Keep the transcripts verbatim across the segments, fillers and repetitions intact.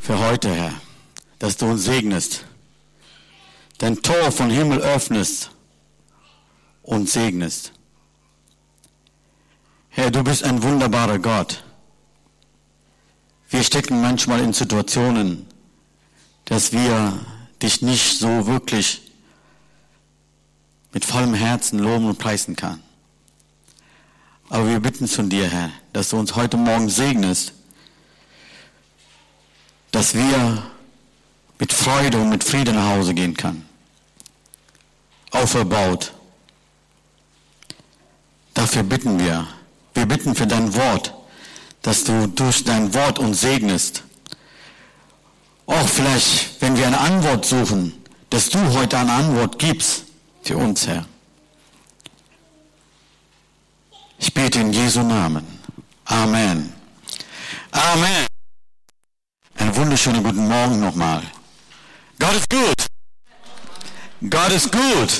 für heute, Herr, dass du uns segnest, dein Tor vom Himmel öffnest und segnest. Herr, du bist ein wunderbarer Gott. Wir stecken manchmal in Situationen, dass wir dich nicht so wirklich mit vollem Herzen loben und preisen können. Aber wir bitten von dir, Herr, dass du uns heute Morgen segnest, dass wir mit Freude und mit Frieden nach Hause gehen können. Auferbaut. Dafür bitten wir. Wir bitten für dein Wort, dass du durch dein Wort uns segnest. Auch vielleicht, wenn wir eine Antwort suchen, dass du heute eine Antwort gibst für uns, Herr. Ich bete in Jesu Namen. Amen. Amen. Einen wunderschönen guten Morgen nochmal. Gott ist gut. Gott ist gut.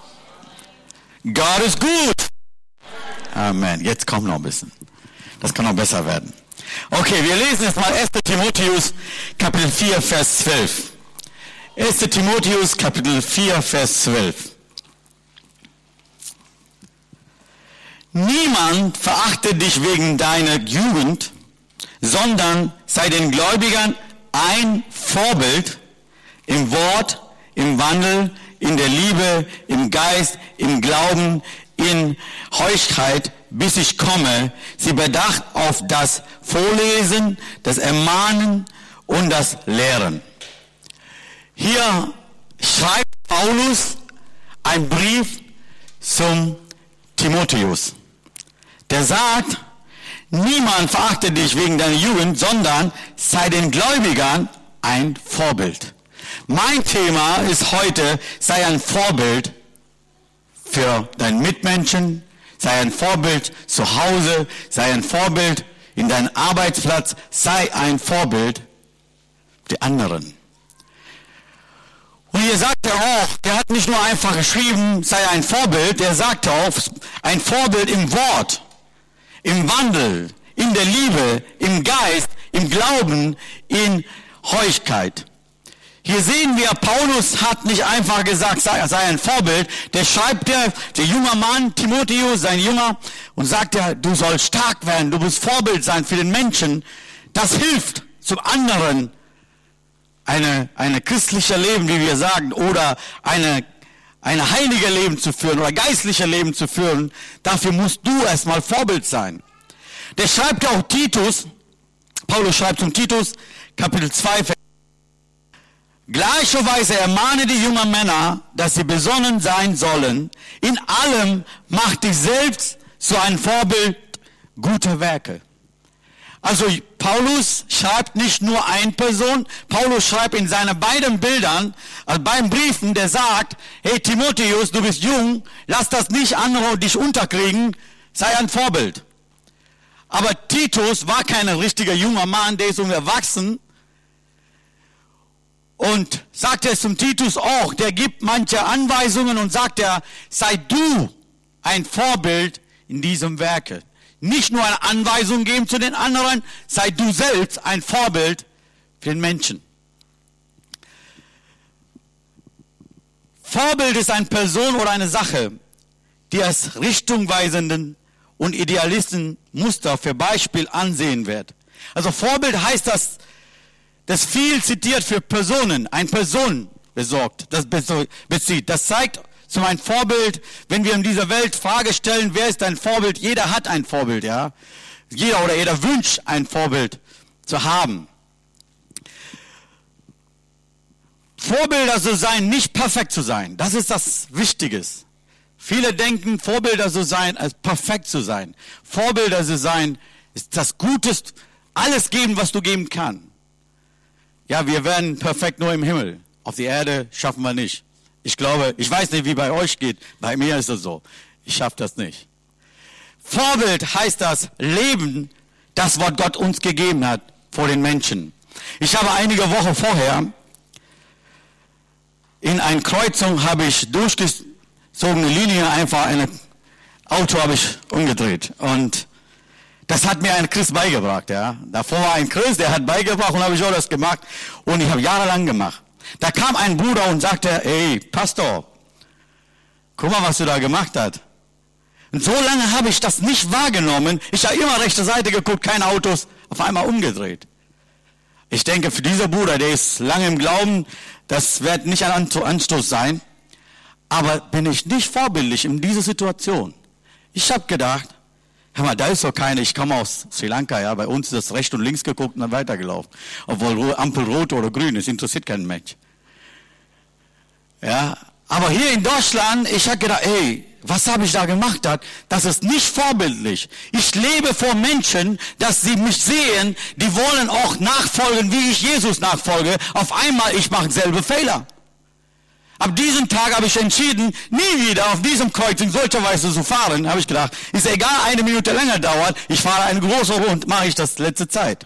Gott ist gut. Amen. Jetzt kommt noch ein bisschen. Das kann noch besser werden. Okay, wir lesen jetzt mal erster Timotheus, Kapitel vier, Vers zwölf. erster Timotheus, Kapitel vier, Vers zwölf. Niemand verachte dich wegen deiner Jugend, sondern sei den Gläubigern ein Vorbild im Wort, im Wandel, in der Liebe, im Geist, im Glauben, in Heuchelkeit, bis ich komme. Sie bedacht auf das Vorlesen, das Ermahnen und das Lehren. Hier schreibt Paulus einen Brief zum Timotheus. Der sagt, niemand verachte dich wegen deiner Jugend, sondern sei den Gläubigern ein Vorbild. Mein Thema ist heute, sei ein Vorbild für deinen Mitmenschen, sei ein Vorbild zu Hause, sei ein Vorbild in deinem Arbeitsplatz, sei ein Vorbild für die anderen. Und hier sagt er auch, der hat nicht nur einfach geschrieben, sei ein Vorbild, der sagt auch, ein Vorbild im Wort, im Wandel, in der Liebe, im Geist, im Glauben, in Heuchelkeit. Hier sehen wir, Paulus hat nicht einfach gesagt, sei, sei ein Vorbild. Der schreibt der, der junge Mann, Timotheus, sein Junger, und sagt er, du sollst stark werden, du musst Vorbild sein für den Menschen. Das hilft zum anderen, eine, eine christliche Leben, wie wir sagen, oder eine, eine heilige Leben zu führen, oder geistliche Leben zu führen. Dafür musst du erstmal Vorbild sein. Der schreibt ja auch Titus, Paulus schreibt zum Titus, Kapitel zwei, Vers Gleicherweise ermahne die jungen Männer, dass sie besonnen sein sollen. In allem macht dich selbst zu einem Vorbild guter Werke. Also Paulus schreibt nicht nur eine Person, Paulus schreibt in seinen beiden Bildern, also beiden Briefen, der sagt, hey Timotheus, du bist jung, lass das nicht andere dich unterkriegen, sei ein Vorbild. Aber Titus war kein richtiger junger Mann, der ist schon erwachsen. Und sagt er zum Titus auch, der gibt manche Anweisungen und sagt er, sei du ein Vorbild in diesem Werke. Nicht nur eine Anweisung geben zu den anderen, sei du selbst ein Vorbild für den Menschen. Vorbild ist eine Person oder eine Sache, die als richtungweisenden und idealisten Muster für Beispiel ansehen wird. Also Vorbild heißt das, das viel zitiert für Personen, ein Person besorgt, das bezieht. Das zeigt zum ein Vorbild, wenn wir in dieser Welt Frage stellen, wer ist dein Vorbild? Jeder hat ein Vorbild, ja. Jeder oder jeder wünscht ein Vorbild zu haben. Vorbilder zu sein, nicht perfekt zu sein, das ist das Wichtige. Viele denken, Vorbilder zu sein, als perfekt zu sein. Vorbilder zu sein, ist das Gutes, alles geben, was du geben kannst. Ja, wir werden perfekt nur im Himmel. Auf die Erde schaffen wir nicht. Ich glaube, ich weiß nicht, wie bei euch geht. Bei mir ist es so. Ich schaffe das nicht. Vorbild heißt das Leben, das was Gott uns gegeben hat vor den Menschen. Ich habe einige Wochen vorher in einer Kreuzung habe ich durchgezogene Linie einfach ein Auto habe ich umgedreht und Das hat mir ein Christ beigebracht, ja. Davor war ein Christ, der hat beigebracht und habe ich auch das gemacht. Und ich habe jahrelang gemacht. Da kam ein Bruder und sagte, ey, Pastor, guck mal, was du da gemacht hast. Und so lange habe ich das nicht wahrgenommen. Ich habe immer rechte Seite geguckt, keine Autos, auf einmal umgedreht. Ich denke, für dieser Bruder, der ist lange im Glauben, das wird nicht ein Anstoß sein. Aber bin ich nicht vorbildlich in dieser Situation? Ich habe gedacht, hör mal, da ist doch keine, ich komme aus Sri Lanka, ja, bei uns ist das rechts und links geguckt und dann weitergelaufen. Obwohl Ampel rot oder grün ist, interessiert keinen Mensch. Ja, aber hier in Deutschland, ich habe gedacht, ey, was habe ich da gemacht? Das ist nicht vorbildlich. Ich lebe vor Menschen, dass sie mich sehen, die wollen auch nachfolgen, wie ich Jesus nachfolge. Auf einmal, ich mache selbe Fehler. Ab diesem Tag habe ich entschieden, nie wieder auf diesem Kreuz in solcher Weise zu fahren. Habe ich gedacht, ist egal, eine Minute länger dauert, ich fahre eine große Runde, mache ich das letzte Zeit.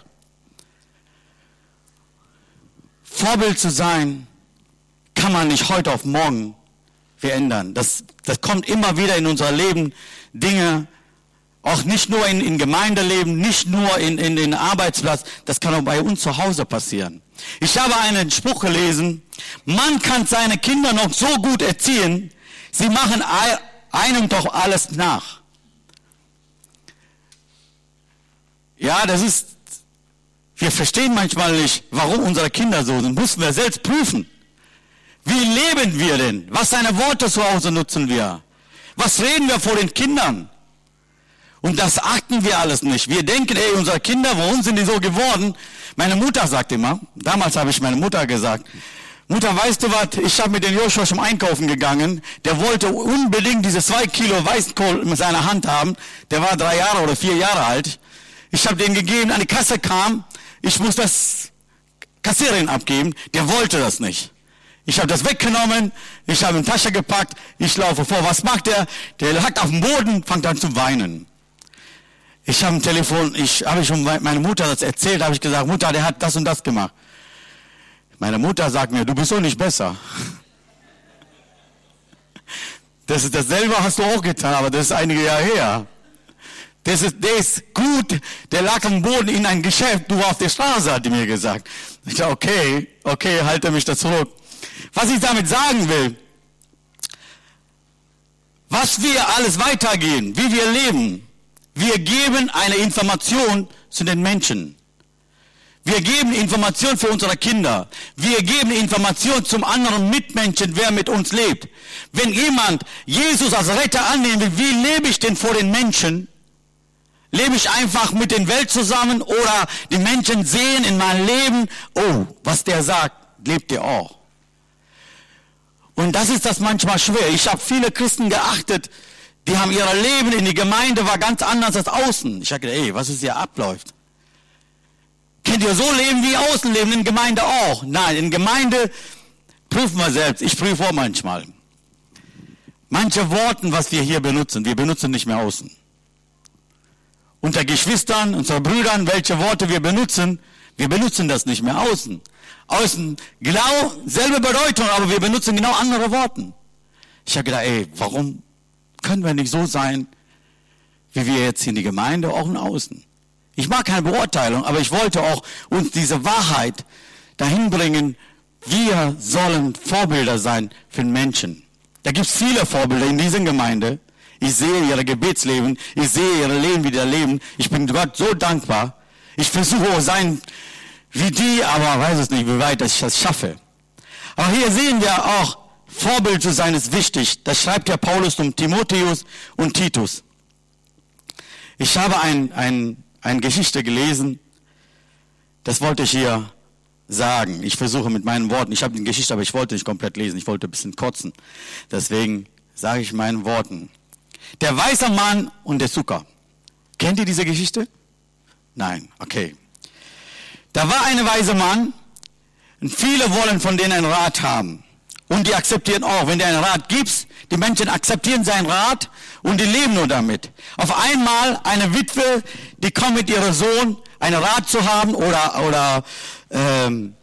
Vorbild zu sein, kann man nicht heute auf morgen verändern. Das, das kommt immer wieder in unser Leben, Dinge, auch nicht nur in, in Gemeindeleben, nicht nur in, in den Arbeitsplatz, das kann auch bei uns zu Hause passieren. Ich habe einen Spruch gelesen, man kann seine Kinder noch so gut erziehen, sie machen einem doch alles nach. Ja, das ist, wir verstehen manchmal nicht, warum unsere Kinder so sind, müssen wir selbst prüfen. Wie leben wir denn? Was seine Worte zu Hause nutzen wir? Was reden wir vor den Kindern? Und das achten wir alles nicht. Wir denken, ey, unsere Kinder, warum sind die so geworden? Meine Mutter sagt immer, damals habe ich meine Mutter gesagt, Mutter, weißt du was, ich habe mit den Joshua schon einkaufen gegangen, der wollte unbedingt diese zwei Kilo Weißkohl mit seiner Hand haben, der war drei Jahre oder vier Jahre alt. Ich habe den gegeben, an die Kasse kam, ich muss das Kassiererin abgeben, der wollte das nicht. Ich habe das weggenommen, ich habe in die Tasche gepackt, ich laufe vor. Was macht der? Der lag auf dem Boden, fängt an zu weinen. Ich habe ein Telefon, ich habe schon meine Mutter das erzählt, habe ich gesagt, Mutter, der hat das und das gemacht. Meine Mutter sagt mir, du bist doch nicht besser. Das ist dasselbe hast du auch getan, aber das ist einige Jahre her. Das ist, der ist gut, der lag am Boden in ein Geschäft, du warst auf der Straße, hat die mir gesagt. Ich sage, okay, okay, halte mich da zurück. Was ich damit sagen will, was wir alles weitergehen, wie wir leben, wir geben eine Information zu den Menschen. Wir geben Information für unsere Kinder. Wir geben Information zum anderen Mitmenschen, wer mit uns lebt. Wenn jemand Jesus als Retter annehmen will, wie lebe ich denn vor den Menschen? Lebe ich einfach mit der Welt zusammen oder die Menschen sehen in meinem Leben, oh, was der sagt, lebt ihr auch. Und das ist das manchmal schwer. Ich habe viele Christen geachtet, die haben ihr Leben in die Gemeinde war ganz anders als außen. Ich habe gedacht, ey, was ist hier abläuft? Könnt ihr so leben wie außen leben, in Gemeinde auch? Nein, in Gemeinde prüfen wir selbst. Ich prüfe auch manchmal. Manche Worte, was wir hier benutzen, wir benutzen nicht mehr außen. Unter Geschwistern, unseren Brüdern, welche Worte wir benutzen, wir benutzen das nicht mehr außen. Außen genau selbe Bedeutung, aber wir benutzen genau andere Worte. Ich habe gedacht, ey, warum können wir nicht so sein, wie wir jetzt in die Gemeinde, auch in Außen? Ich mag keine Beurteilung, aber ich wollte auch uns diese Wahrheit dahin bringen, wir sollen Vorbilder sein für den Menschen. Da gibt es viele Vorbilder in dieser Gemeinde. Ich sehe ihre Gebetsleben, ich sehe ihre Leben, wie die leben. Ich bin Gott so dankbar. Ich versuche auch sein wie die, aber weiß es nicht, wie weit ich das schaffe. Aber hier sehen wir auch, Vorbild zu sein ist wichtig. Das schreibt ja Paulus um Timotheus und Titus. Ich habe ein, ein, eine Geschichte gelesen, das wollte ich hier sagen. Ich versuche mit meinen Worten, ich habe die Geschichte, aber ich wollte nicht komplett lesen, ich wollte ein bisschen kotzen. Deswegen sage ich meinen Worten. Der weiße Mann und der Zucker. Kennt ihr diese Geschichte? Nein, okay. Da war ein weißer Mann und viele wollen von denen einen Rat haben. Und die akzeptieren auch. Wenn du einen Rat gibst, die Menschen akzeptieren seinen Rat und die leben nur damit. Auf einmal eine Witwe, die kommt mit ihrem Sohn, einen Rat zu haben oder, oder ähm,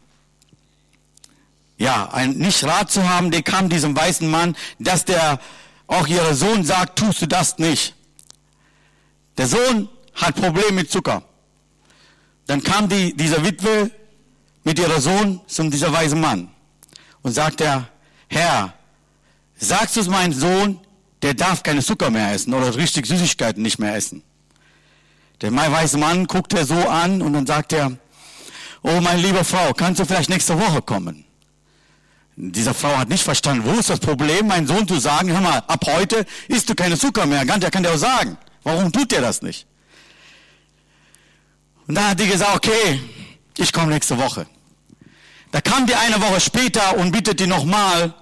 ja, ein, nicht Rat zu haben, die kam diesem weißen Mann, dass der auch ihr Sohn sagt, tust du das nicht. Der Sohn hat Probleme mit Zucker. Dann kam die, diese Witwe mit ihrem Sohn zu dieser weisen Mann und sagte, Herr, sagst du es meinem Sohn, der darf keine Zucker mehr essen oder richtig Süßigkeiten nicht mehr essen. Der weise Mann guckt er so an und dann sagt er, oh, meine liebe Frau, kannst du vielleicht nächste Woche kommen? Diese Frau hat nicht verstanden, wo ist das Problem, meinen Sohn zu sagen, hör mal, ab heute isst du keine Zucker mehr. Der kann dir auch sagen, warum tut der das nicht? Und dann hat die gesagt, okay, ich komme nächste Woche. Da kam die eine Woche später und bittet die nochmal,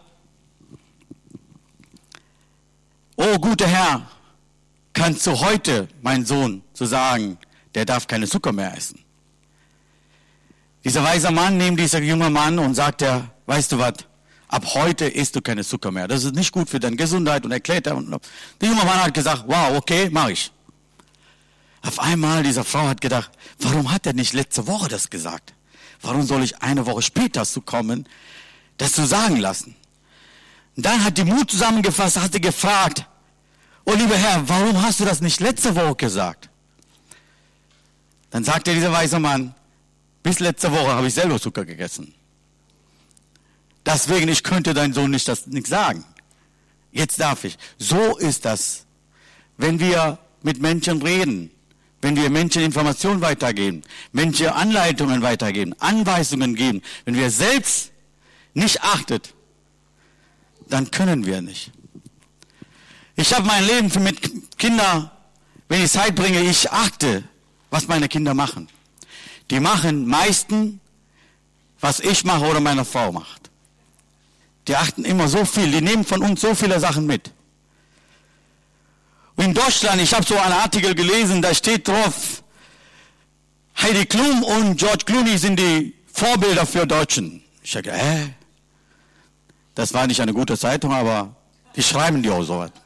oh, guter Herr, kannst du heute, mein Sohn, zu sagen, der darf keine Zucker mehr essen? Dieser weise Mann nimmt dieser junge Mann und sagt er, weißt du was, ab heute isst du keine Zucker mehr. Das ist nicht gut für deine Gesundheit und erklärt er. Und der junge Mann hat gesagt, wow, okay, mach ich. Auf einmal, diese Frau hat gedacht, warum hat er nicht letzte Woche das gesagt? Warum soll ich eine Woche später zu kommen, das zu sagen lassen? Und dann hat die Mut zusammengefasst, hat sie gefragt, oh lieber Herr, warum hast du das nicht letzte Woche gesagt? Dann sagte dieser weise Mann, bis letzte Woche habe ich selber Zucker gegessen. Deswegen, ich könnte dein Sohn nicht das nicht sagen. Jetzt darf ich. So ist das, wenn wir mit Menschen reden, wenn wir Menschen Informationen weitergeben, Menschen Anleitungen weitergeben, Anweisungen geben, wenn wir selbst nicht achtet, dann können wir nicht. Ich habe mein Leben mit Kindern, wenn ich Zeit bringe, ich achte, was meine Kinder machen. Die machen meistens, was ich mache oder meine Frau macht. Die achten immer so viel, die nehmen von uns so viele Sachen mit. Und in Deutschland, ich habe so einen Artikel gelesen, da steht drauf, Heidi Klum und George Clooney sind die Vorbilder für Deutschen. Ich sage, äh, das war nicht eine gute Zeitung, aber die schreiben die auch so was.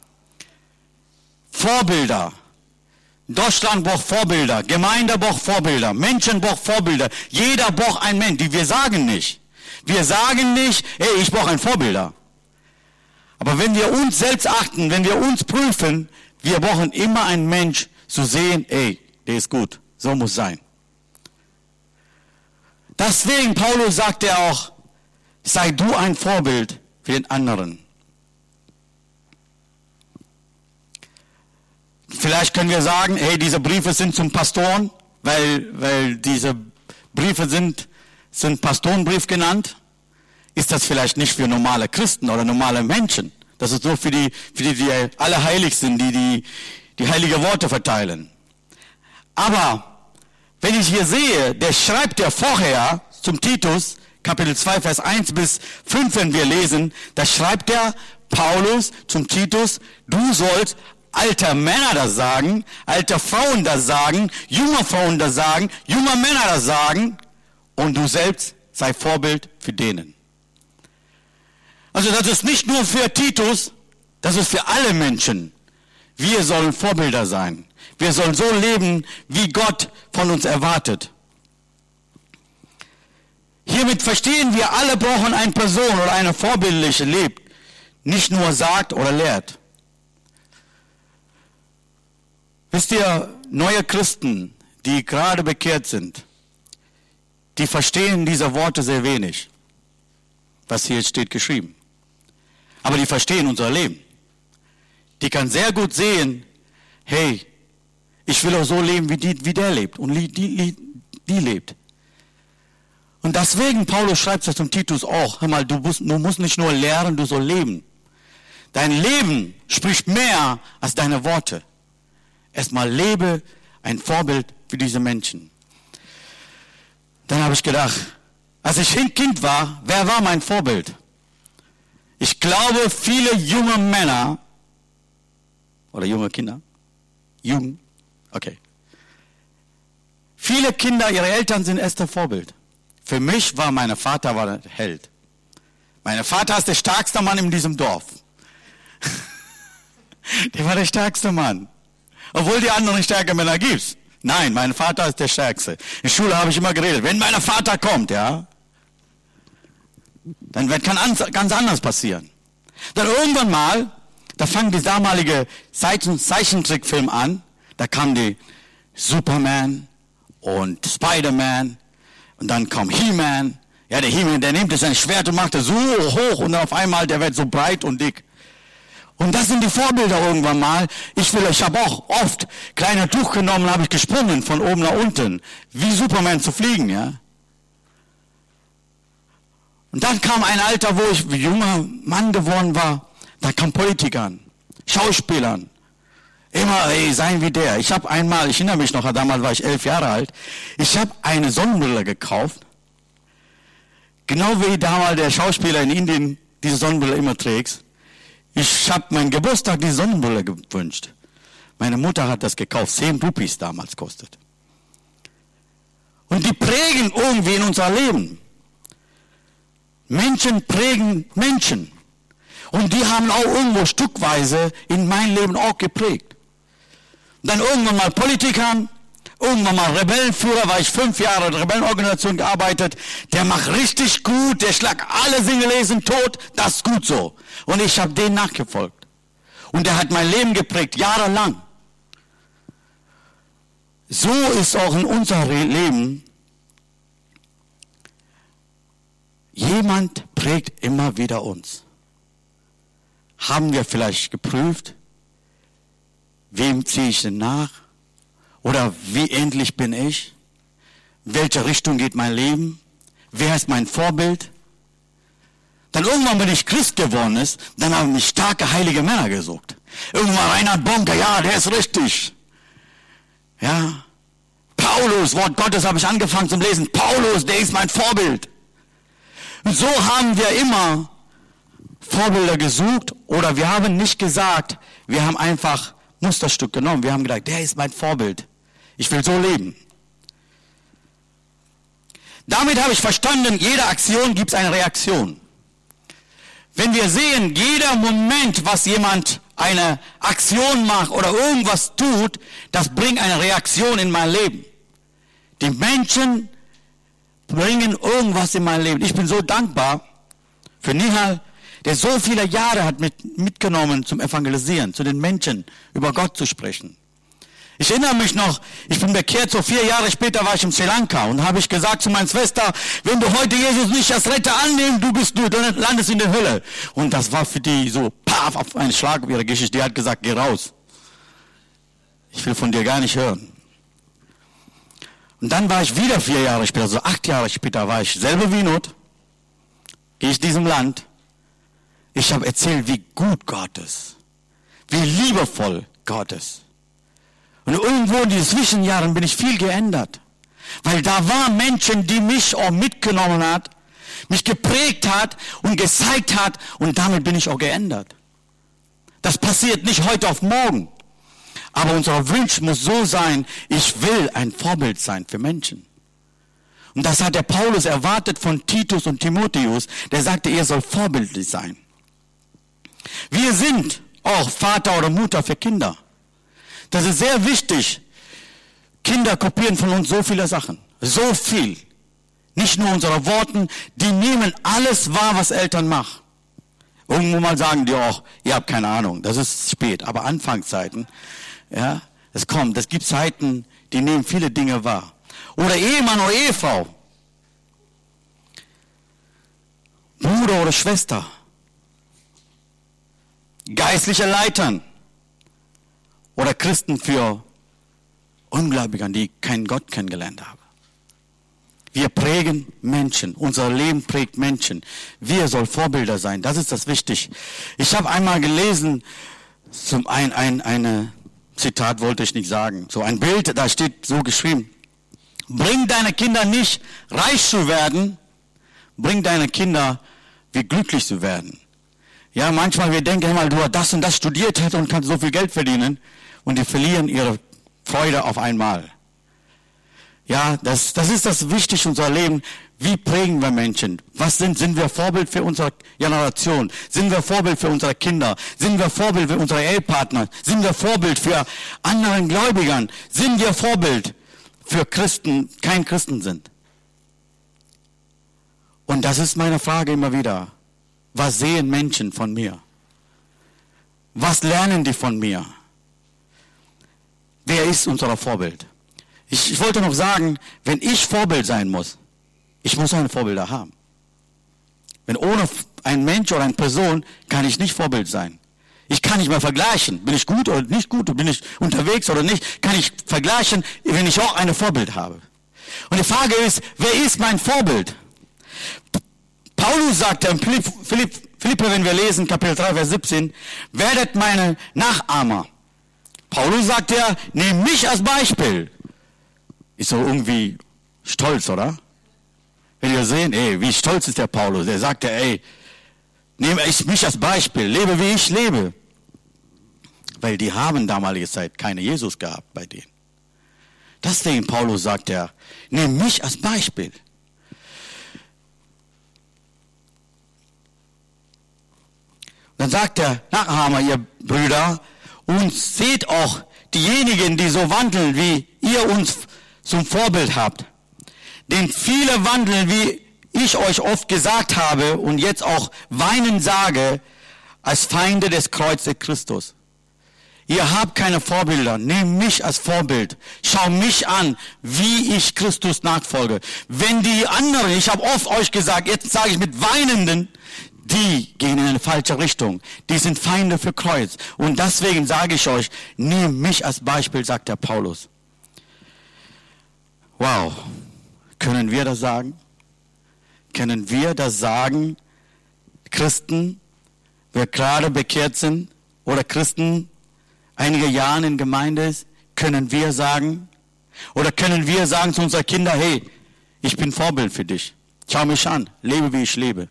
Vorbilder. Deutschland braucht Vorbilder, Gemeinde braucht Vorbilder, Menschen braucht Vorbilder. Jeder braucht einen Mensch, die wir sagen nicht. Wir sagen nicht, hey, ich brauche einen Vorbilder. Aber wenn wir uns selbst achten, wenn wir uns prüfen, wir brauchen immer einen Mensch zu sehen, ey, der ist gut, so muss sein. Deswegen, Paulus sagt er auch, sei du ein Vorbild für den anderen. Vielleicht können wir sagen, hey, diese Briefe sind zum Pastoren, weil, weil diese Briefe sind, sind Pastorenbrief genannt. Ist das vielleicht nicht für normale Christen oder normale Menschen? Das ist nur für die, für die, die alle heilig sind, die, die, die heilige Worte verteilen. Aber, wenn ich hier sehe, der schreibt ja vorher zum Titus, Kapitel zwei, Vers eins bis fünf, wenn wir lesen, da schreibt der Paulus zum Titus, du sollst alte Männer das sagen, alte Frauen das sagen, junge Frauen das sagen, junge Männer das sagen und du selbst sei Vorbild für denen. Also das ist nicht nur für Titus, das ist für alle Menschen. Wir sollen Vorbilder sein. Wir sollen so leben, wie Gott von uns erwartet. Hiermit verstehen wir, alle brauchen eine Person oder eine vorbildliche lebt, nicht nur sagt oder lehrt. Wisst ihr, neue Christen, die gerade bekehrt sind, die verstehen diese Worte sehr wenig, was hier steht geschrieben. Aber die verstehen unser Leben. Die kann sehr gut sehen, hey, ich will auch so leben, wie, die, wie der lebt und die, die, die lebt. Und deswegen, Paulus schreibt es zum Titus auch, hör mal, du musst, du musst nicht nur lehren, du sollst leben. Dein Leben spricht mehr als deine Worte. Erstmal lebe ein Vorbild für diese Menschen. Dann habe ich gedacht, als ich Kind war, wer war mein Vorbild? Ich glaube, viele junge Männer oder junge Kinder, jung, okay. Viele Kinder, ihre Eltern sind erst das Vorbild. Für mich war mein Vater war der Held. Mein Vater ist der stärkste Mann in diesem Dorf. Der war der stärkste Mann. Obwohl die anderen stärkere Männer gibt. Nein, mein Vater ist der Stärkste. In der Schule habe ich immer geredet, wenn mein Vater kommt, ja, dann wird ganz anders passieren. Dann irgendwann mal, da fängt die damalige Zeichentrickfilm an, da kam die Superman und Spider-Man und dann kam He-Man. Ja, der He-Man, der nimmt sein Schwert und macht es so hoch und dann auf einmal, der wird so breit und dick. Und das sind die Vorbilder irgendwann mal. Ich will, ich habe auch oft kleine Tuch genommen, habe ich gesprungen von oben nach unten, wie Superman zu fliegen, ja. Und dann kam ein Alter, wo ich junger Mann geworden war, da kam Politikern, Schauspielern, immer ey, sein wie der. Ich habe einmal, ich erinnere mich noch, damals war ich elf Jahre alt, ich habe eine Sonnenbrille gekauft, genau wie damals der Schauspieler in Indien diese Sonnenbrille immer trägt. Ich habe meinen Geburtstag die Sonnenbrille gewünscht. Meine Mutter hat das gekauft, zehn Rupees damals kostet. Und die prägen irgendwie in unser Leben. Menschen prägen Menschen. Und die haben auch irgendwo stückweise in mein Leben auch geprägt. Dann irgendwann mal Politikern, irgendwann mal Rebellenführer, weil ich fünf Jahre in der Rebellenorganisation gearbeitet, der macht richtig gut, der schlägt alle Singelesen tot, das ist gut so. Und ich habe denen nachgefolgt. Und der hat mein Leben geprägt, jahrelang. So ist auch in unserem Leben, jemand prägt immer wieder uns. Haben wir vielleicht geprüft, wem ziehe ich denn nach? Oder wie ähnlich bin ich? Welche Richtung geht mein Leben? Wer ist mein Vorbild? Dann irgendwann, wenn ich Christ geworden ist, dann haben mich starke heilige Männer gesucht. Irgendwann Reinhard Bonke, ja, der ist richtig. Ja. Paulus, Wort Gottes habe ich angefangen zum Lesen. Paulus, der ist mein Vorbild. Und so haben wir immer Vorbilder gesucht oder wir haben nicht gesagt, wir haben einfach Musterstück genommen. Wir haben gedacht, der ist mein Vorbild. Ich will so leben. Damit habe ich verstanden, jede Aktion gibt es eine Reaktion. Wenn wir sehen, jeder Moment, was jemand eine Aktion macht oder irgendwas tut, das bringt eine Reaktion in mein Leben. Die Menschen bringen irgendwas in mein Leben. Ich bin so dankbar für Nihal, der so viele Jahre hat mit, mitgenommen zum Evangelisieren, zu den Menschen über Gott zu sprechen. Ich erinnere mich noch, ich bin bekehrt, so vier Jahre später war ich in Sri Lanka und habe ich gesagt zu meiner Schwester, wenn du heute Jesus nicht als Retter annimmst, du bist du, du landest in der Hölle. Und das war für die so, paf, auf einen Schlag auf ihre Geschichte. Die hat gesagt, geh raus. Ich will von dir gar nicht hören. Und dann war ich wieder vier Jahre später, so acht Jahre später war ich selber wie Not, gehe ich in diesem Land. Ich habe erzählt, wie gut Gott ist, wie liebevoll Gott ist. Und irgendwo in diesen Zwischenjahren bin ich viel geändert. Weil da waren Menschen, die mich auch mitgenommen hat, mich geprägt hat und gezeigt hat und damit bin ich auch geändert. Das passiert nicht heute auf morgen. Aber unser Wunsch muss so sein, ich will ein Vorbild sein für Menschen. Und das hat der Paulus erwartet von Titus und Timotheus. Der sagte, ihr sollt vorbildlich sein. Wir sind auch Vater oder Mutter für Kinder. Das ist sehr wichtig. Kinder kopieren von uns so viele Sachen. So viel. Nicht nur unsere Worte, die nehmen alles wahr, was Eltern machen. Irgendwo mal sagen die auch, ihr habt keine Ahnung, das ist spät. Aber Anfangszeiten, ja, es kommt, es gibt Zeiten, die nehmen viele Dinge wahr. Oder Ehemann oder Ehefrau. Bruder oder Schwester. Geistliche Leitern. Oder Christen für Ungläubigen, die keinen Gott kennengelernt haben. Wir prägen Menschen. Unser Leben prägt Menschen. Wir sollen Vorbilder sein. Das ist das Wichtige. Ich habe einmal gelesen, zum ein, ein eine Zitat wollte ich nicht sagen, so ein Bild, da steht so geschrieben, bring deine Kinder nicht reich zu werden, bring deine Kinder wie glücklich zu werden. Ja, manchmal wir denken immer, du hast das und das studiert hast und kannst so viel Geld verdienen und die verlieren ihre Freude auf einmal. Ja, das, das ist das Wichtige in unserem Leben. Wie prägen wir Menschen? Was sind, sind wir Vorbild für unsere Generation? Sind wir Vorbild für unsere Kinder? Sind wir Vorbild für unsere Ehepartner? Sind wir Vorbild für anderen Gläubigern? Sind wir Vorbild für Christen, kein Christen sind? Und das ist meine Frage immer wieder. Was sehen Menschen von mir? Was lernen die von mir? wer ist unser Vorbild? Ich, ich wollte noch sagen, wenn ich Vorbild sein muss, ich muss eine Vorbilder haben. Wenn ohne ein Mensch oder eine Person kann ich nicht Vorbild sein. Ich kann nicht mehr vergleichen. Bin ich gut oder nicht gut? Bin ich unterwegs oder nicht? Kann ich vergleichen, wenn ich auch eine Vorbild habe. Und die Frage ist, wer ist mein Vorbild? Paulus sagte in Philipp, Philipp, Philippe, wenn wir lesen, Kapitel drei, Vers siebzehn, werdet meine Nachahmer. Paulus sagt ja, nehmt mich als Beispiel. Ist so irgendwie stolz, oder? Wenn wir sehen, ey, wie stolz ist der Paulus. Er sagt ja, ey, nehme ich mich als Beispiel, lebe wie ich lebe. Weil die haben damalige Zeit keine Jesus gehabt bei denen. Deswegen Paulus sagt er, nehmt mich als Beispiel. Dann sagt er, Nachahmer, ihr Brüder, und seht auch diejenigen, die so wandeln, wie ihr uns zum Vorbild habt. Denn viele wandeln, wie ich euch oft gesagt habe und jetzt auch weinend sage, als Feinde des Kreuzes Christus. Ihr habt keine Vorbilder. Nehmt mich als Vorbild. Schau mich an, wie ich Christus nachfolge. Wenn die anderen, ich habe oft euch gesagt, jetzt sage ich mit Weinenden, die gehen in eine falsche Richtung. Die sind Feinde für Kreuz. Und deswegen sage ich euch, nehmt mich als Beispiel, sagt der Paulus. Wow. Können wir das sagen? Können wir das sagen? Christen, wer gerade bekehrt sind, oder Christen, einige Jahre in Gemeinde ist, können wir sagen, oder können wir sagen zu unseren Kindern, hey, ich bin Vorbild für dich. Schau mich an, lebe wie ich lebe.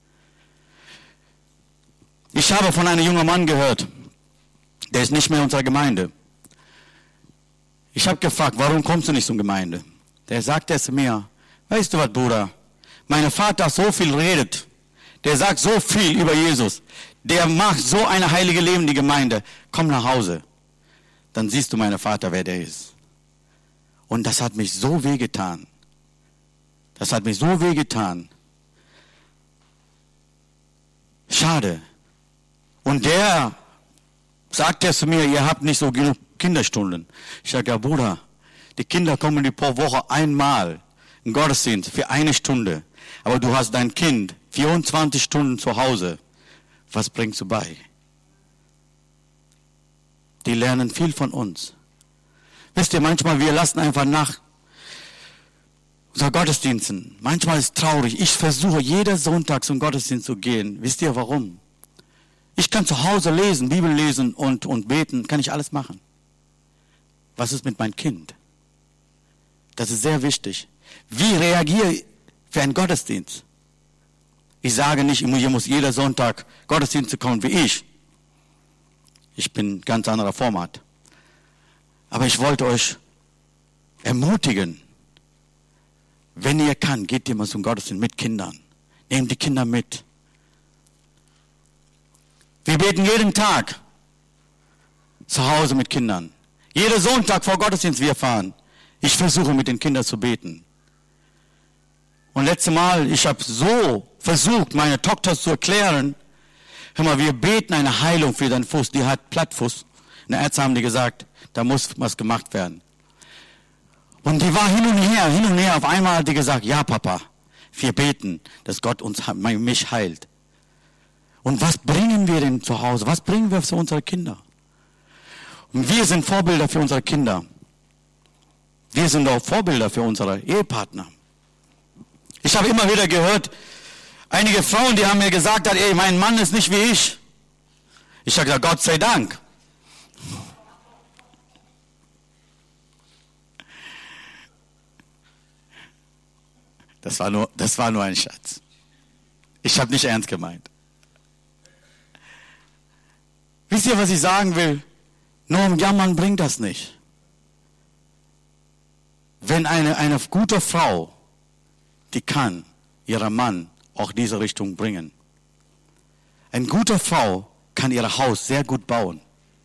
Ich habe von einem jungen Mann gehört, der ist nicht mehr in unserer Gemeinde. Ich habe gefragt, warum kommst du nicht zur Gemeinde? Der sagte es mir, weißt du was, Bruder, mein Vater so viel redet, der sagt so viel über Jesus, der macht so eine heilige Leben in die Gemeinde, komm nach Hause, dann siehst du meinen Vater, wer der ist. Und das hat mich so wehgetan. Das hat mich so wehgetan. Schade. Und der sagt zu mir, ihr habt nicht so genug Kinderstunden. Ich sage, ja Bruder, die Kinder kommen die pro Woche einmal in Gottesdienst für eine Stunde. Aber du hast dein Kind vierundzwanzig Stunden zu Hause. Was bringst du bei? Die lernen viel von uns. Wisst ihr, manchmal wir lassen einfach nach unseren Gottesdiensten. Manchmal ist es traurig. Ich versuche jeden Sonntag zum Gottesdienst zu gehen. Wisst ihr warum? Ich kann zu Hause lesen, Bibel lesen und, und beten, kann ich alles machen. Was ist mit meinem Kind? Das ist sehr wichtig. Wie reagiere ich für einen Gottesdienst? Ich sage nicht, hier muss jeder Sonntag Gottesdienst kommen wie ich. Ich bin ganz anderer Format. Aber ich wollte euch ermutigen, wenn ihr kann, geht ihr mal zum Gottesdienst mit Kindern. Nehmt die Kinder mit. Wir beten jeden Tag zu Hause mit Kindern. Jeden Sonntag vor Gottesdienst wir fahren. Ich versuche mit den Kindern zu beten. Und letztes Mal, ich habe so versucht, meine Tochter zu erklären, hör mal, wir beten eine Heilung für deinen Fuß, die hat Plattfuß. Und die Ärzte haben die gesagt, da muss was gemacht werden. Und die war hin und her, hin und her. Auf einmal hat die gesagt, ja Papa, wir beten, dass Gott uns, mich heilt. Und was bringen wir denn zu Hause? Was bringen wir für unsere Kinder? Und wir sind Vorbilder für unsere Kinder. Wir sind auch Vorbilder für unsere Ehepartner. Ich habe immer wieder gehört, einige Frauen, die haben mir gesagt, ey, mein Mann ist nicht wie ich. Ich habe gesagt, Gott sei Dank. Das war nur, das war nur ein Scherz. Ich habe nicht ernst gemeint. Wisst ihr, was ich sagen will? Nur um Jammern bringt das nicht. Wenn eine, eine gute Frau, die kann ihren Mann auch diese Richtung bringen. Eine gute Frau kann ihr Haus sehr gut bauen.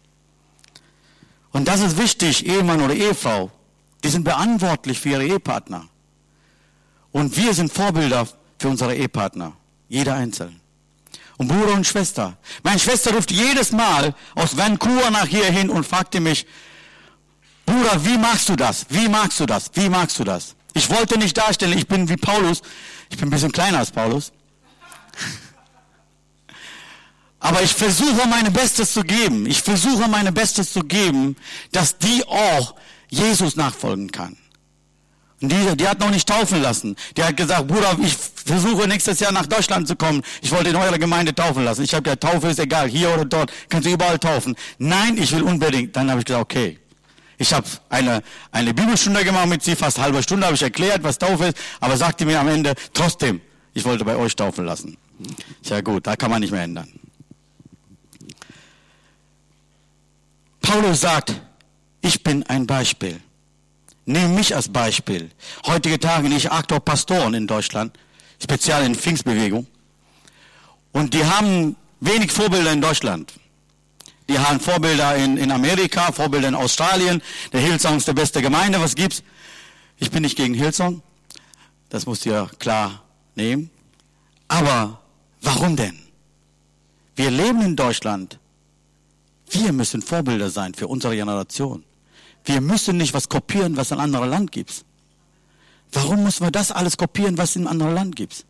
Und das ist wichtig, Ehemann oder Ehefrau. Die sind verantwortlich für ihre Ehepartner. Und wir sind Vorbilder für unsere Ehepartner. Jeder einzeln. Und Bruder und Schwester. Meine Schwester ruft jedes Mal aus Vancouver nach hier hin und fragte mich, Bruder, wie magst du das? Wie magst du das? Wie magst du das? Ich wollte nicht darstellen, ich bin wie Paulus. Ich bin ein bisschen kleiner als Paulus. Aber ich versuche, meine Bestes zu geben. Ich versuche, meine Bestes zu geben, dass die auch Jesus nachfolgen kann. Und die, die hat noch nicht taufen lassen. Die hat gesagt, Bruder, ich versuche nächstes Jahr nach Deutschland zu kommen. Ich wollte in eurer Gemeinde taufen lassen. Ich habe gesagt, Taufe ist egal, hier oder dort, kannst du überall taufen. Nein, ich will unbedingt. Dann habe ich gesagt, okay. Ich habe eine, eine Bibelstunde gemacht mit sie, fast eine halbe Stunde habe ich erklärt, was Taufe ist, aber sagte mir am Ende, trotzdem, ich wollte bei euch taufen lassen. Ja gut, da kann man nicht mehr ändern. Paulus sagt, ich bin ein Beispiel. Nimm mich als Beispiel. Heutige Tage, ich achte auf Pastoren in Deutschland, speziell in Pfingstbewegung. Und die haben wenig Vorbilder in Deutschland. Die haben Vorbilder in, in Amerika, Vorbilder in Australien. Der Hillsong ist die beste Gemeinde, was gibt's? Ich bin nicht gegen Hillsong. Das musst ihr klar nehmen. Aber warum denn? Wir leben in Deutschland. Wir müssen Vorbilder sein für unsere Generation. Wir müssen nicht was kopieren, was in einem anderen Land gibt. Warum müssen wir das alles kopieren, was in einem anderen Land gibt?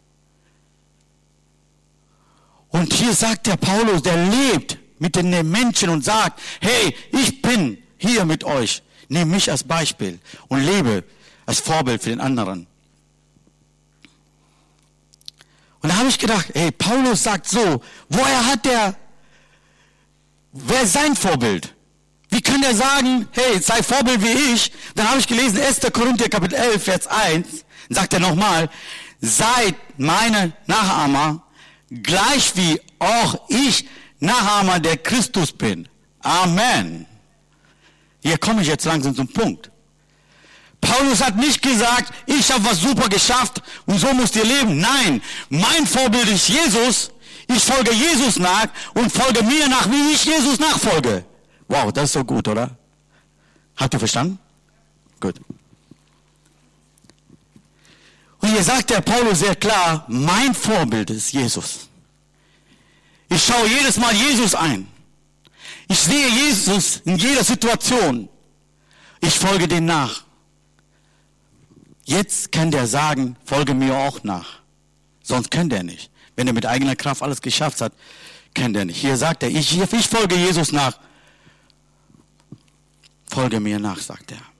Und hier sagt der Paulus, der lebt mit den Menschen und sagt, hey, ich bin hier mit euch. Nehmt mich als Beispiel und lebe als Vorbild für den anderen. Und da habe ich gedacht, hey, Paulus sagt so, woher hat der, wer ist sein Vorbild? Wie kann er sagen, hey, sei Vorbild wie ich? Dann habe ich gelesen, erster Korinther Kapitel elf, Vers eins, dann sagt er nochmal, seid meine Nachahmer, gleich wie auch ich Nachahmer der Christus bin. Amen. Hier komme ich jetzt langsam zum Punkt. Paulus hat nicht gesagt, ich habe was super geschafft und so müsst ihr leben. Nein, mein Vorbild ist Jesus. Ich folge Jesus nach und folge mir nach, wie ich Jesus nachfolge. Wow, das ist so gut, oder? Habt ihr verstanden? Gut. Und hier sagt der Paulus sehr klar, mein Vorbild ist Jesus. Ich schaue jedes Mal Jesus ein. Ich sehe Jesus in jeder Situation. Ich folge dem nach. Jetzt kann der sagen, folge mir auch nach. Sonst kann der nicht. Wenn er mit eigener Kraft alles geschafft hat, kann der nicht. Hier sagt er, ich, ich folge Jesus nach. Folge mir nach, sagt er.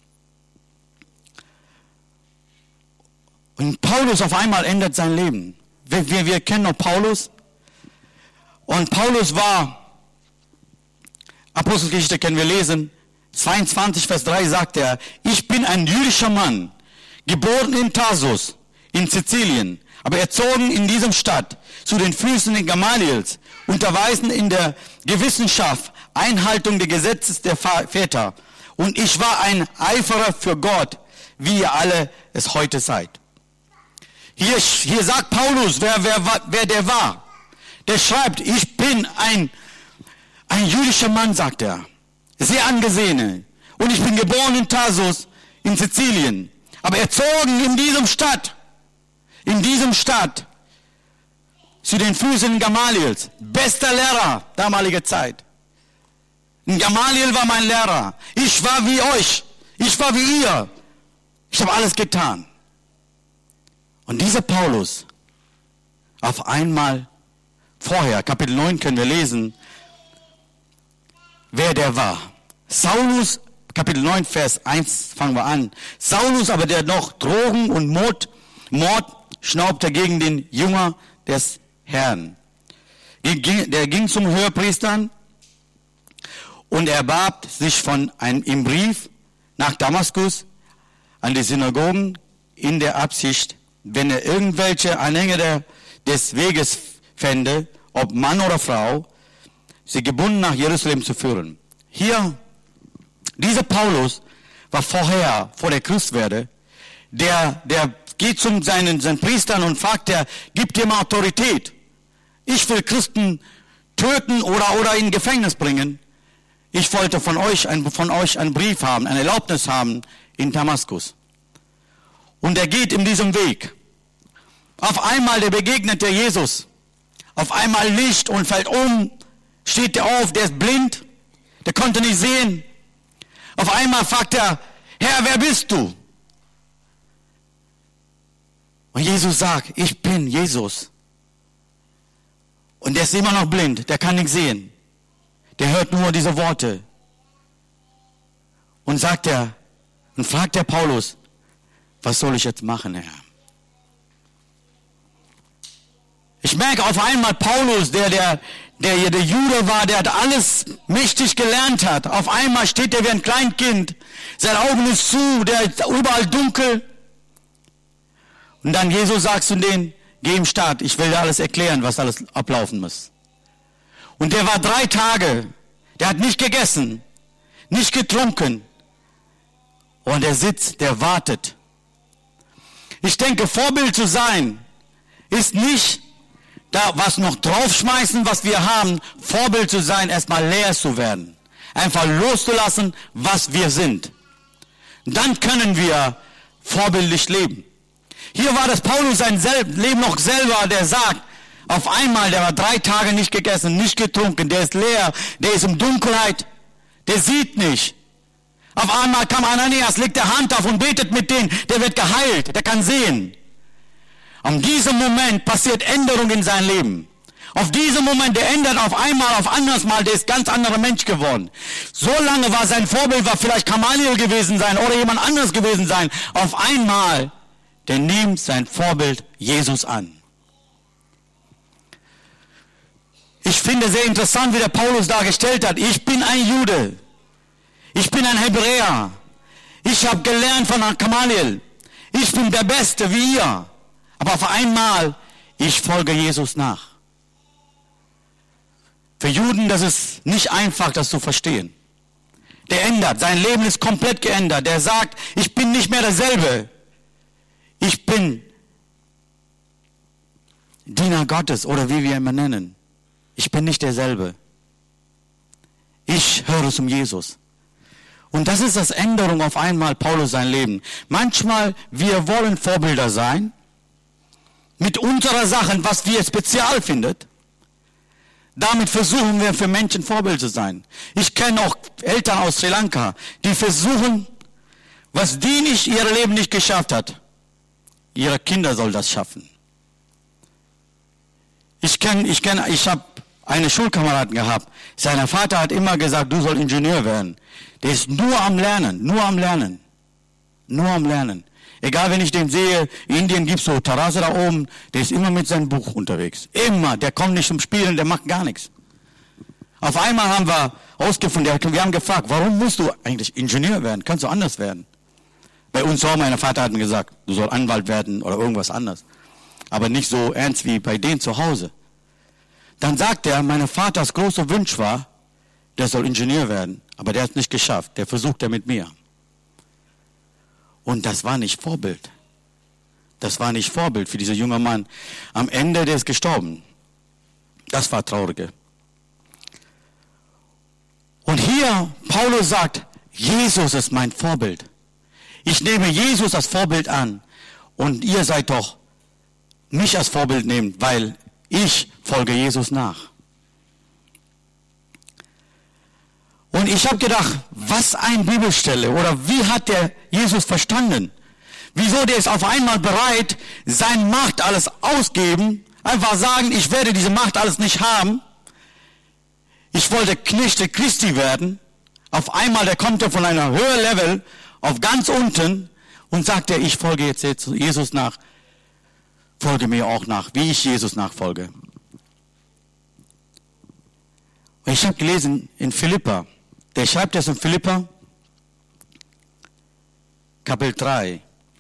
Und Paulus auf einmal ändert sein Leben. Wir, wir, wir kennen noch Paulus. Und Paulus war, Apostelgeschichte können wir lesen, zweiundzwanzig, Vers drei sagt er, ich bin ein jüdischer Mann, geboren in Tarsus, in Sizilien, aber erzogen in diesem Stadt, zu den Füßen in Gamaliels, unterweisen in der Gewissenschaft, Einhaltung des Gesetzes der Väter. Und ich war ein Eiferer für Gott, wie ihr alle es heute seid. Hier, hier sagt Paulus, wer, wer, wer der war. Der schreibt, ich bin ein, ein jüdischer Mann, sagt er. Sehr angesehene. Und ich bin geboren in Tarsus, in Sizilien. Aber erzogen in diesem Stadt. In diesem Stadt. Zu den Füßen Gamaliels. Bester Lehrer damaliger Zeit. Und Gamaliel war mein Lehrer. Ich war wie euch. Ich war wie ihr. Ich habe alles getan. Und dieser Paulus, auf einmal, vorher, Kapitel neun können wir lesen, wer der war. Saulus, Kapitel neun, Vers eins, fangen wir an. Saulus aber, der noch Drogen und Mord, Mord schnaubte gegen den Jünger des Herrn. Der ging zum Hohepriestern und erbat sich von einem im Brief nach Damaskus an die Synagogen in der Absicht, wenn er irgendwelche Anhänger des Weges fände, ob Mann oder Frau, sie gebunden nach Jerusalem zu führen. Hier, dieser Paulus war vorher, vor der Christwerde, der, der geht zu seinen, seinen Priestern und fragt, der, gibt dir mal Autorität. Ich will Christen töten oder, oder in Gefängnis bringen. Ich wollte von euch, ein, von euch einen Brief haben, eine Erlaubnis haben in Damaskus. Und er geht in diesem Weg. Auf einmal, der begegnet der Jesus. Auf einmal Licht und fällt um, steht der auf, der ist blind, der konnte nicht sehen. Auf einmal fragt er, Herr, wer bist du? Und Jesus sagt, ich bin Jesus. Und der ist immer noch blind, der kann nichts sehen. Der hört nur diese Worte. Und sagt er, und fragt der Paulus, was soll ich jetzt machen, Herr? Ich merke auf einmal Paulus, der, der, der, der Jude war, der hat alles mächtig gelernt hat. Auf einmal steht er wie ein Kleinkind. Sein Augen ist zu, der ist überall dunkel. Und dann Jesus sagt zu denen, geh im Staat, ich will dir alles erklären, was alles ablaufen muss. Und der war drei Tage, der hat nicht gegessen, nicht getrunken. Und der sitzt, der wartet. Ich denke, Vorbild zu sein, ist nicht da was noch draufschmeißen, was wir haben. Vorbild zu sein, erstmal leer zu werden. Einfach loszulassen, was wir sind. Dann können wir vorbildlich leben. Hier war das Paulus sein Leben noch selber, der sagt, auf einmal, der war drei Tage nicht gegessen, nicht getrunken, der ist leer, der ist in Dunkelheit, der sieht nicht. Auf einmal kam Ananias, legt der Hand auf und betet mit denen, der wird geheilt, der kann sehen. An diesem Moment passiert Änderung in sein Leben. Auf diesem Moment, der ändert auf einmal, auf anders mal, der ist ganz anderer Mensch geworden. So lange war sein Vorbild, war vielleicht Gamaliel gewesen sein oder jemand anderes gewesen sein. Auf einmal, der nimmt sein Vorbild Jesus an. Ich finde sehr interessant, wie der Paulus dargestellt hat. Ich bin ein Jude. Ich bin ein Hebräer. Ich habe gelernt von Gamaliel. Ich bin der Beste wie ihr. Aber auf einmal, ich folge Jesus nach. Für Juden, das ist nicht einfach, das zu verstehen. Der ändert, sein Leben ist komplett geändert. Der sagt, ich bin nicht mehr derselbe. Ich bin Diener Gottes oder wie wir ihn nennen. Ich bin nicht derselbe. Ich höre zum Jesus. Und das ist das Änderung auf einmal Paulus sein Leben. Manchmal, wir wollen Vorbilder sein. Mit unserer Sachen, was wir spezial findet. Damit versuchen wir für Menschen Vorbild zu sein. Ich kenne auch Eltern aus Sri Lanka, die versuchen, was die nicht, ihr Leben nicht geschafft hat. Ihre Kinder soll das schaffen. Ich kenne, ich kenne, ich habe eine Schulkameraden gehabt. Sein Vater hat immer gesagt, du sollst Ingenieur werden. Der ist nur am Lernen, nur am Lernen. Nur am Lernen. Egal, wenn ich den sehe, in Indien gibt es so Terrasse da oben, der ist immer mit seinem Buch unterwegs. Immer, der kommt nicht zum Spielen, der macht gar nichts. Auf einmal haben wir ausgefunden, wir haben gefragt, warum musst du eigentlich Ingenieur werden? Kannst du anders werden? Bei uns auch, mein Vater hat mir gesagt, du sollst Anwalt werden oder irgendwas anderes. Aber nicht so ernst wie bei denen zu Hause. Dann sagt er, mein Vaters großer Wunsch war, der soll Ingenieur werden. Aber der hat es nicht geschafft, der versucht er mit mir. Und das war nicht Vorbild. Das war nicht Vorbild für diesen jungen Mann. Am Ende, der ist gestorben. Das war traurig. Und hier, Paulus sagt, Jesus ist mein Vorbild. Ich nehme Jesus als Vorbild an. Und ihr seid doch mich als Vorbild nehmen, weil ich folge Jesus nach. Und ich habe gedacht, was eine Bibelstelle oder wie hat der Jesus verstanden? Wieso der ist auf einmal bereit, seine Macht alles ausgeben, einfach sagen, ich werde diese Macht alles nicht haben. Ich wollte Knechte Christi werden. Auf einmal, der kommt ja von einer höheren Level auf ganz unten und sagt er, ich folge jetzt Jesus nach. Folge mir auch nach, wie ich Jesus nachfolge. Und ich habe gelesen in Philippa, der schreibt das in Philippa, Kapitel drei.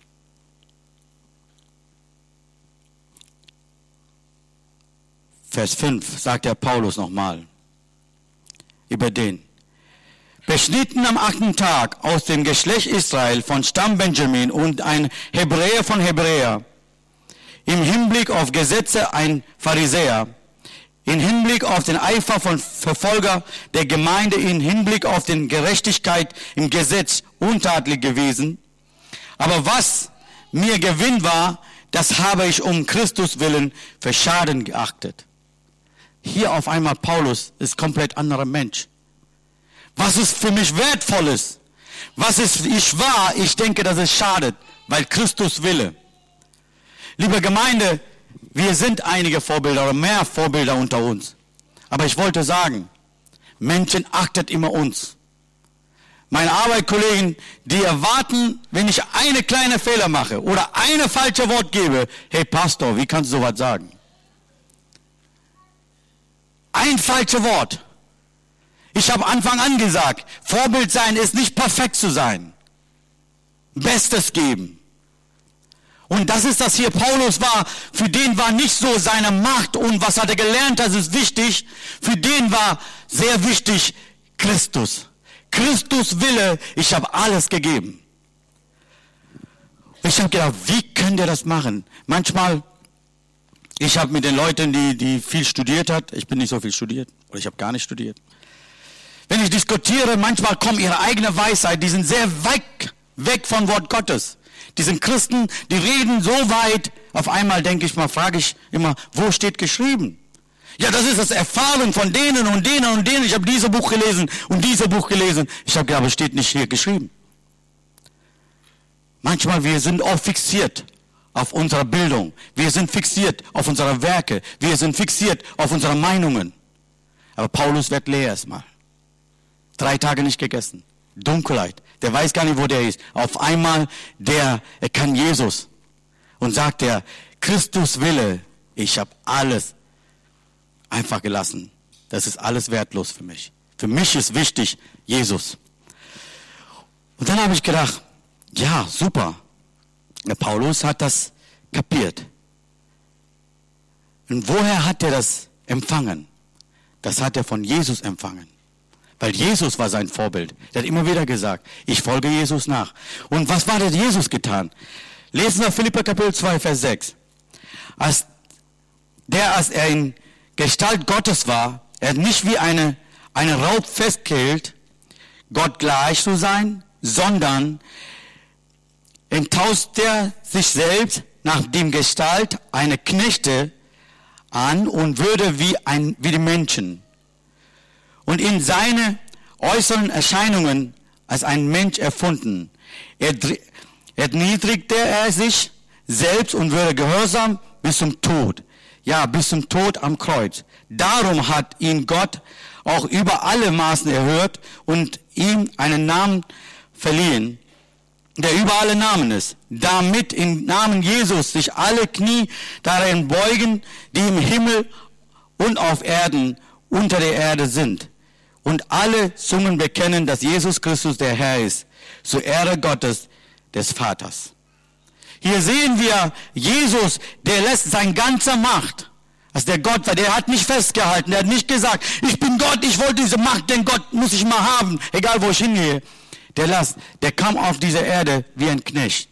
Vers fünf sagt der Paulus nochmal über den. Beschnitten am achten Tag aus dem Geschlecht Israel von Stamm Benjamin und ein Hebräer von Hebräer, im Hinblick auf Gesetze ein Pharisäer, im Hinblick auf den Eifer von Verfolger der Gemeinde, im Hinblick auf den Gerechtigkeit im Gesetz untadelig gewesen. Aber was mir Gewinn war, das habe ich um Christus willen für Schaden geachtet. Hier auf einmal Paulus ist komplett anderer Mensch. Was ist für mich wertvoll ist, was ist ich wahr? Ich denke, dass es schadet, weil Christus Wille. Liebe Gemeinde, wir sind einige Vorbilder oder mehr Vorbilder unter uns. Aber ich wollte sagen, Menschen achtet immer uns. Meine Arbeitskollegen, die erwarten, wenn ich eine kleine Fehler mache oder eine falsche Wort gebe, hey Pastor, wie kannst du sowas sagen? Ein falsches Wort. Ich habe Anfang an gesagt, Vorbild sein ist nicht perfekt zu sein. Bestes geben. Und das ist das hier, Paulus war, für den war nicht so seine Macht und was hat er gelernt, das ist wichtig. Für den war sehr wichtig Christus. Christus Wille, ich habe alles gegeben. Ich habe gedacht, wie könnt ihr das machen? Manchmal, ich habe mit den Leuten, die, die viel studiert hat, ich bin nicht so viel studiert, oder ich habe gar nicht studiert. Wenn ich diskutiere, manchmal kommt ihre eigene Weisheit, die sind sehr weit weg von Wort Gottes. Die sind Christen, die reden so weit, auf einmal denke ich mal, frage ich immer, wo steht geschrieben? Ja, das ist das Erfahren von denen und denen und denen. Ich habe dieses Buch gelesen und dieses Buch gelesen. Ich habe gedacht, aber steht nicht hier geschrieben. Manchmal, wir sind auch fixiert auf unsere Bildung. Wir sind fixiert auf unsere Werke. Wir sind fixiert auf unsere Meinungen. Aber Paulus wird leer erstmal. Drei Tage nicht gegessen. Dunkelheit. Der weiß gar nicht, wo der ist. Auf einmal, der, er kann Jesus. Und sagt er, Christus Wille, ich habe alles einfach gelassen. Das ist alles wertlos für mich. Für mich ist wichtig Jesus. Und dann habe ich gedacht, ja, super. Der Paulus hat das kapiert. Und woher hat er das empfangen? Das hat er von Jesus empfangen. Weil Jesus war sein Vorbild. Er hat immer wieder gesagt, ich folge Jesus nach. Und was war denn Jesus getan? Lesen wir Philipper Kapitel zwei, Vers sechs. Als der, als er in Gestalt Gottes war, er hat nicht wie eine, eine Raub festgehielt, Gott gleich zu sein, sondern enttauscht er sich selbst nach dem Gestalt einer Knechte an und würde wie, ein, wie die Menschen. Und in seine äußeren Erscheinungen als ein Mensch erfunden. Er erniedrigte er sich selbst und wurde gehorsam bis zum Tod. Ja, bis zum Tod am Kreuz. Darum hat ihn Gott auch über alle Maßen erhört und ihm einen Namen verliehen, der über alle Namen ist. Damit im Namen Jesus sich alle Knie darin beugen, die im Himmel und auf Erden unter der Erde sind. Und alle Zungen bekennen, dass Jesus Christus der Herr ist, zur Ehre Gottes, des Vaters. Hier sehen wir Jesus, der lässt seine ganze Macht, als der Gott war, der hat nicht festgehalten, der hat nicht gesagt, ich bin Gott, ich wollte diese Macht, denn Gott muss ich mal haben, egal wo ich hingehe. Der lässt, der kam auf diese Erde wie ein Knecht.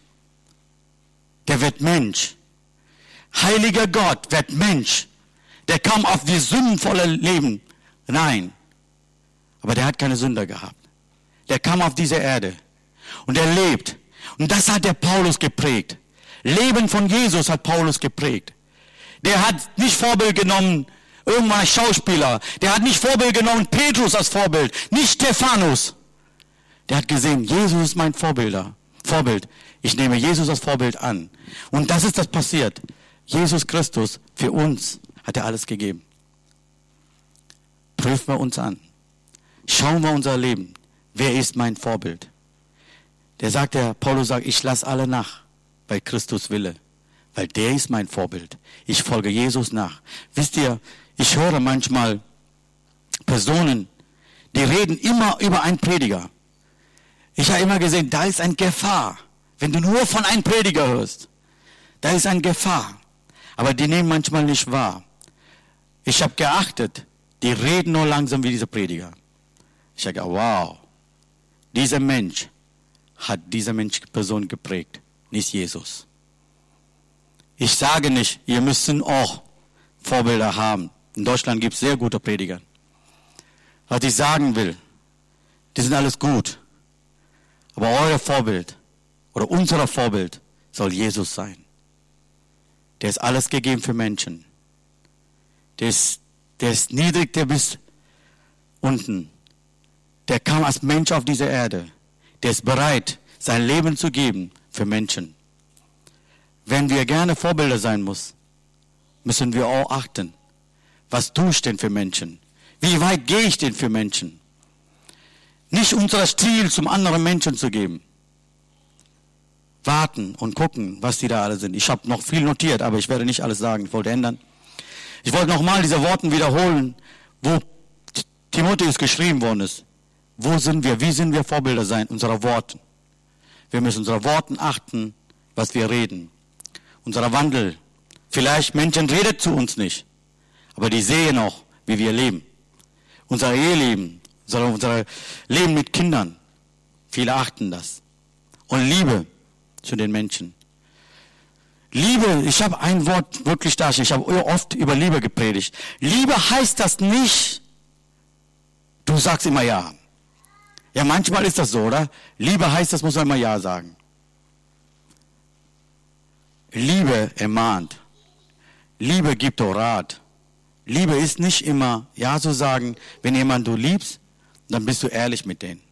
Der wird Mensch. Heiliger Gott wird Mensch. Der kam auf die sündenvolle Leben. Nein. Aber der hat keine Sünder gehabt. Der kam auf diese Erde. Und er lebt. Und das hat der Paulus geprägt. Leben von Jesus hat Paulus geprägt. Der hat nicht Vorbild genommen, irgendwann als Schauspieler. Der hat nicht Vorbild genommen, Petrus als Vorbild. Nicht Stephanus. Der hat gesehen, Jesus ist mein Vorbilder, Vorbild. Ich nehme Jesus als Vorbild an. Und das ist das passiert. Jesus Christus, für uns hat er alles gegeben. Prüfen wir uns an. Schauen wir unser Leben. Wer ist mein Vorbild? Der sagt, der Paulus sagt, ich lasse alle nach, bei Christus Wille. Weil der ist mein Vorbild. Ich folge Jesus nach. Wisst ihr, ich höre manchmal Personen, die reden immer über einen Prediger. Ich habe immer gesehen, da ist eine Gefahr. Wenn du nur von einem Prediger hörst, da ist eine Gefahr. Aber die nehmen manchmal nicht wahr. Ich habe geachtet, die reden nur langsam wie diese Prediger. Ich sage, wow, dieser Mensch hat diese Mensch, Person geprägt, nicht Jesus. Ich sage nicht, ihr müsst auch Vorbilder haben. In Deutschland gibt es sehr gute Prediger. Was ich sagen will, die sind alles gut. Aber euer Vorbild oder unser Vorbild soll Jesus sein. Der ist alles gegeben für Menschen. Der ist, der ist niedrig, der bis unten. Der kam als Mensch auf diese Erde. der ist bereit, sein Leben zu geben für Menschen. Wenn wir gerne Vorbilder sein müssen, müssen wir auch achten, was tue ich denn für Menschen? Wie weit gehe ich denn für Menschen? Nicht unser Stil zum anderen Menschen zu geben. Warten und gucken, was die da alle sind. Ich habe noch viel notiert, aber ich werde nicht alles sagen. Ich wollte ändern. Ich wollte nochmal diese Worte wiederholen, wo Timotheus geschrieben worden ist. Wo sind wir? Wie sind wir Vorbilder sein? Unserer Worten. Wir müssen unsere Worten achten, was wir reden. Unser Wandel. Vielleicht Menschen reden zu uns nicht, aber die sehen auch, wie wir leben. Unser Eheleben, unser, unser Leben mit Kindern. Viele achten das. Und Liebe zu den Menschen. Liebe, ich habe ein Wort wirklich da, ich habe oft über Liebe gepredigt. Liebe heißt das nicht, du sagst immer ja. Ja, manchmal ist das so, oder? Liebe heißt, das muss man immer ja sagen. Liebe ermahnt. Liebe gibt auch Rat. Liebe ist nicht immer ja zu sagen, wenn jemand du liebst, dann bist du ehrlich mit denen.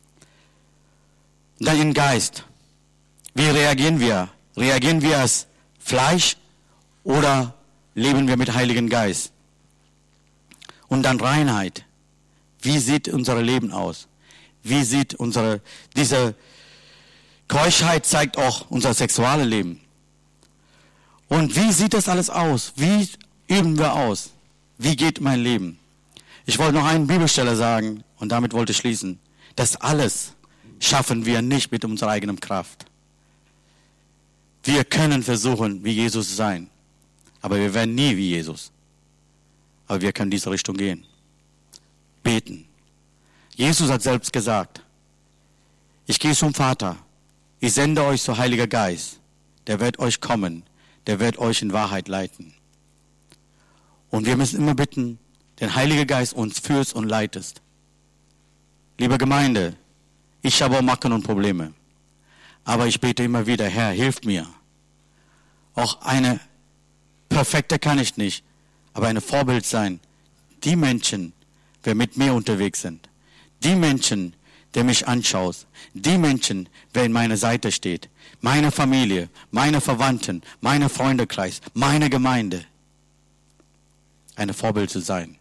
Dann im Geist. Wie reagieren wir? Reagieren wir als Fleisch oder leben wir mit Heiligen Geist? Und dann Reinheit. Wie sieht unser Leben aus? Wie sieht unsere, diese Keuschheit zeigt auch unser sexuelles Leben. Und wie sieht das alles aus? Wie üben wir aus? Wie geht mein Leben? Ich wollte noch einen Bibelstelle sagen und damit wollte ich schließen. Das alles schaffen wir nicht mit unserer eigenen Kraft. Wir können versuchen, wie Jesus zu sein, aber wir werden nie wie Jesus. Aber wir können in diese Richtung gehen. Beten. Jesus hat selbst gesagt, ich gehe zum Vater, ich sende euch so Heiliger Geist, der wird euch kommen, der wird euch in Wahrheit leiten. Und wir müssen immer bitten, den Heiligen Geist uns führst und leitest. Liebe Gemeinde, ich habe auch Macken und Probleme. Aber ich bete immer wieder, Herr, hilf mir. Auch eine perfekte kann ich nicht, aber eine Vorbild sein. Die Menschen, wer mit mir unterwegs sind. Die Menschen, der mich anschaut. Die Menschen, wer in meiner Seite steht. Meine Familie, meine Verwandten, meine Freundekreis, meine Gemeinde. Eine Vorbild zu sein.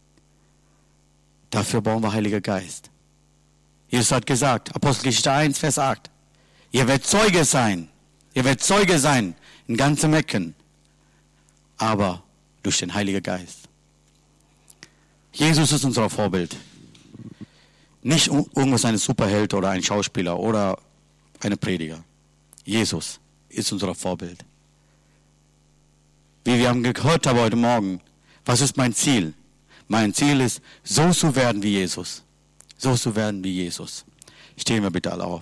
Dafür brauchen wir Heiliger Geist. Jesus hat gesagt, Apostelgeschichte eins, Vers acht. Ihr werdet Zeuge sein. Ihr werdet Zeuge sein in ganzem Ecken. Aber durch den Heiligen Geist. Jesus ist unser Vorbild. Nicht irgendwas ein Superheld oder ein Schauspieler oder eine Prediger. Jesus ist unser Vorbild. Wie wir haben gehört haben heute Morgen, was ist mein Ziel? Mein Ziel ist, so zu werden wie Jesus. So zu werden wie Jesus. Stehen wir bitte alle auf.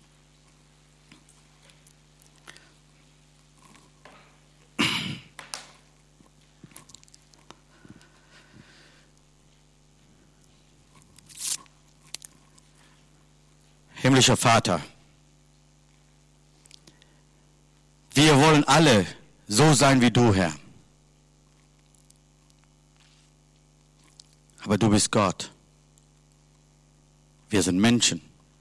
Himmlischer Vater, wir wollen alle so sein wie du, Herr. Aber du bist Gott. Wir sind Menschen.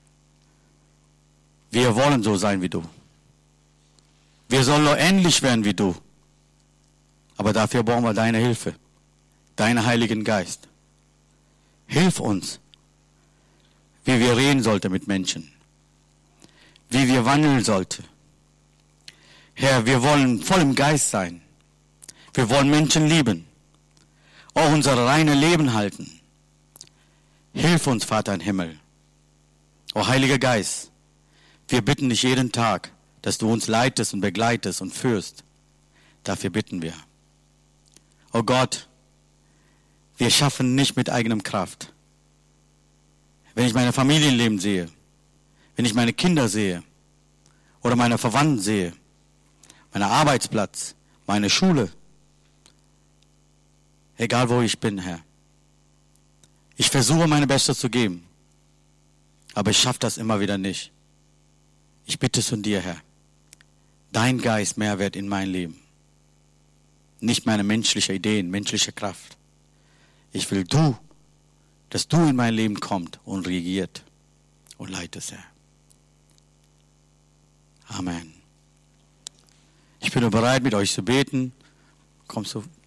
Wir wollen so sein wie du. Wir sollen nur ähnlich werden wie du. Aber dafür brauchen wir deine Hilfe, deinen Heiligen Geist. Hilf uns, wie wir reden sollten mit Menschen, wie wir wandeln sollten. Herr, wir wollen voll im Geist sein. Wir wollen Menschen lieben, auch unser reines Leben halten. Hilf uns, Vater im Himmel. O Heiliger Geist, wir bitten dich jeden Tag, dass du uns leitest und begleitest und führst. Dafür bitten wir. O Gott, wir schaffen nicht mit eigener Kraft. Wenn ich meine Familienleben sehe, wenn ich meine Kinder sehe oder meine Verwandten sehe, meinen Arbeitsplatz, meine Schule, egal wo ich bin, Herr. Ich versuche, meine Bestes zu geben, aber ich schaffe das immer wieder nicht. Ich bitte es von dir, Herr, dein Geist Mehrwert in mein Leben. Nicht meine menschlichen Ideen, menschliche Kraft. Ich will du, dass du in mein Leben kommst und regiert und leitest, Herr. Amen. Ich bin bereit, mit euch zu beten. Kommst du